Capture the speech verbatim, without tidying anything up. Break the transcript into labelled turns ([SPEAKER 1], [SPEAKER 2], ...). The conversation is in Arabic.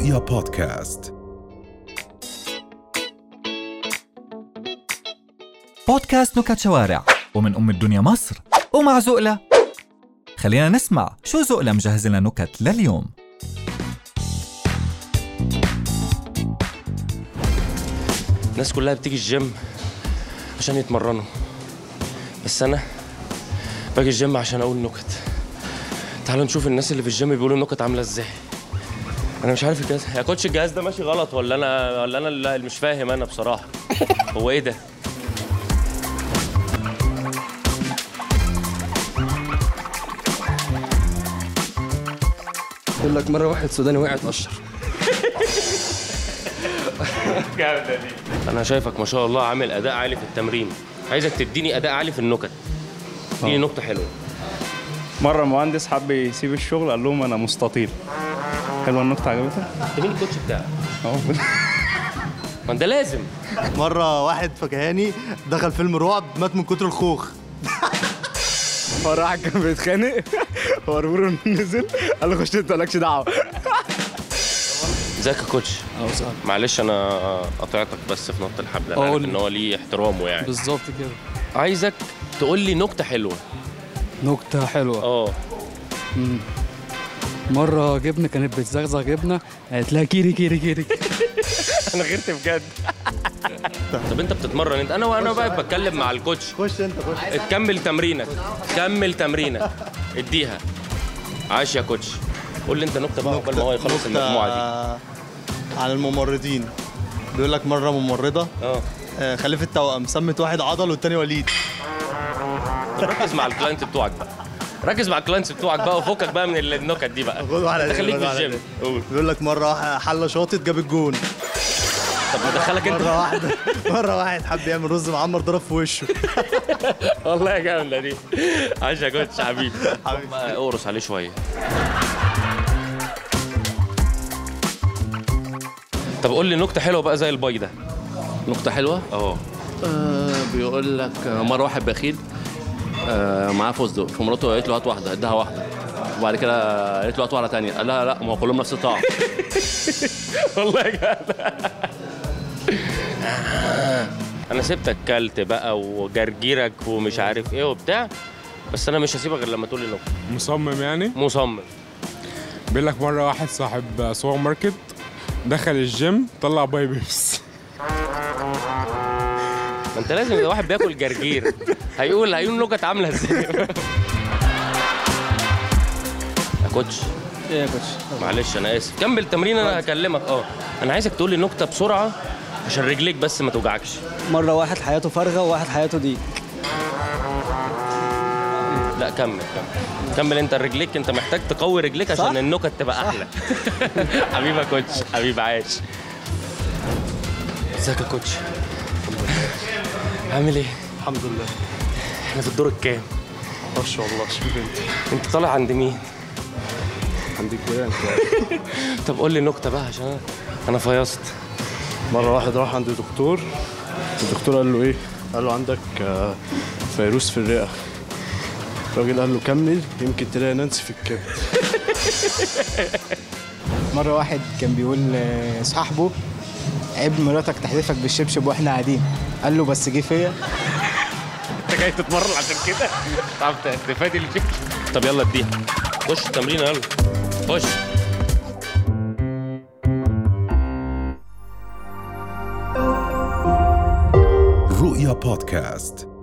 [SPEAKER 1] رؤيا بودكاست.
[SPEAKER 2] بودكاست نكت شوارع ومن أم الدنيا مصر ومع زقلة. خلينا نسمع شو زقلة مجهز لنا نكت لليوم.
[SPEAKER 3] الناس كلها بتيجي الجيم عشان يتمرنوا، بس أنا باجي الجيم عشان أقول نكت. تعالوا نشوف الناس اللي في الجيم بيقولوا النكت عاملة إزاي. أنا مش عارف الجهاز يا كوتش، الجهاز ده ماشي غلط ولا أنا ولا أنا اللي مش فاهم أنا بصراحة. هو إيه ده؟
[SPEAKER 4] يقول لك مرة واحد سوداني وقع اتقشر.
[SPEAKER 3] جامدة دي. أنا شايفك ما شاء الله عامل أداء عالي في التمرين، عايزك تديني أداء عالي في النكت. اديني نكتة حلوة.
[SPEAKER 5] مرة مهندس حب يسيب الشغل قال لهم أنا مستطيل. حلوة النكتة، عجبتها؟
[SPEAKER 3] مين الكوتش بتاعك؟
[SPEAKER 5] أهو.
[SPEAKER 3] ما أنت لازم.
[SPEAKER 6] مرة واحد فكهاني دخل فيلم رعب مات من كتر الخوخ.
[SPEAKER 5] مرة واحد كان بيتخانق وربره نزل قال له خش انت مالكش دعوة.
[SPEAKER 3] ازيك يا كوتش؟
[SPEAKER 4] اه صح.
[SPEAKER 3] معلش انا قطعتك بس في نط الحبل، انا عارف ان هو ليه احترامه يعني.
[SPEAKER 4] بالظبط كده.
[SPEAKER 3] عايزك تقول لي نكته حلوه.
[SPEAKER 4] نكتة حلوة.
[SPEAKER 3] اه
[SPEAKER 4] مرة جبنة كانت بتزغزغ جبنة قالت لها كيري كيري كيري.
[SPEAKER 3] انا غيرت بجد. طب انت بتتمرن انت؟ انا وانا بقى بتكلم مع الكوتش.
[SPEAKER 6] خش انت خش.
[SPEAKER 3] كمل تمرينك كمل تمرينك اديها. عاش يا كوتش. قول لي انت نكته بقى قبل ما هو يخلص المجموعه دي.
[SPEAKER 6] على الممرضين. بيقول لك مرة ممرضة
[SPEAKER 3] اه
[SPEAKER 6] آه، خلفت توأم، سمت واحد عضل والتاني وليد.
[SPEAKER 3] طب ركز مع الكلاينت بتوعك بقى، ركز مع الكلاينتس بتوعك بقى وفكك بقى من النكت دي بقى.
[SPEAKER 6] خد واحدة دي،
[SPEAKER 3] خليك
[SPEAKER 6] خد
[SPEAKER 3] في
[SPEAKER 6] واحدة
[SPEAKER 3] الجيم.
[SPEAKER 6] دي.
[SPEAKER 3] قول.
[SPEAKER 6] بيقول لك مرة واحد حلة شاطت جاب الجون.
[SPEAKER 3] طب ندخلك انت.
[SPEAKER 6] مرة واحدة مرة واحد حب يعمل رز معمر ضرب في وشه.
[SPEAKER 3] والله جامدة دي. عاش يا كوتش حبيبي.
[SPEAKER 6] حبيبي.
[SPEAKER 3] اقرص عليه شوية. طب قول لي نكتة حلوة بقى زي الباي ده.
[SPEAKER 7] نقطة حلوة.
[SPEAKER 3] اه
[SPEAKER 7] آه بيقول لك آه، مرة واحد بخيل آه معاه فستق، فمراته قالت له هات واحدة، اداها واحدة، وبعد كده قالت له هات واحدة تانية، قال لها لا ما هو كلهم نفس الطعم.
[SPEAKER 3] والله جامدة. انا سبتك كلت بقى وجرجيرك ومش عارف ايه وبتاع، بس انا مش هسيبك غير لما تقول لي نكتة.
[SPEAKER 8] مصمم يعني.
[SPEAKER 3] مصمم.
[SPEAKER 8] بيقول لك مرة واحد صاحب سوبر ماركت دخل الجيم طلع باي بيبس.
[SPEAKER 3] ما انت لازم يبقى واحد بياكل جرجير هيقول هيقول نكت عامله ازاي. يا كوتش.
[SPEAKER 4] ايه يا كوتش؟
[SPEAKER 3] معلش انا اسف، كمل التمرين انا هكلمك. اه انا عايزك تقول لي نكته بسرعه عشان رجليك بس ما توجعكش.
[SPEAKER 9] مرة واحد حياته فارغة وواحد حياته ديك.
[SPEAKER 3] لا كمل كمل كمل انت رجليك، انت محتاج تقوي رجليك عشان
[SPEAKER 9] صح؟
[SPEAKER 3] النكت تبقى احلى. حبيبي يا كوتش، حبيبي عاش. ازيك يا كوتش؟ عامل ايه؟
[SPEAKER 6] الحمد لله.
[SPEAKER 3] احنا في الدور الكام؟
[SPEAKER 6] ما شاء الله. شوف انت.
[SPEAKER 3] انت طالع عند مين؟
[SPEAKER 5] عند الجيران.
[SPEAKER 3] طب قول لي نكته بقى عشان انا فيصت.
[SPEAKER 5] مرة واحد راح عند دكتور، الدكتور قال له ايه؟ قال له عندك آه، فيروس في الرئة. الراجل قال له كمل يمكن تلاقي نانسي في الكبد.
[SPEAKER 9] مرة واحد كان بيقول لصاحبه عيب مراتك تحدفك بالشبشب واحنا قاعدين، قال له بس جه فيا.
[SPEAKER 3] انت جاي تتمرن عشان كده؟ تعرف تفادي الفكر. طب يلا اديها. خش التمرين يلا. خش.
[SPEAKER 1] رؤيا بودكاست.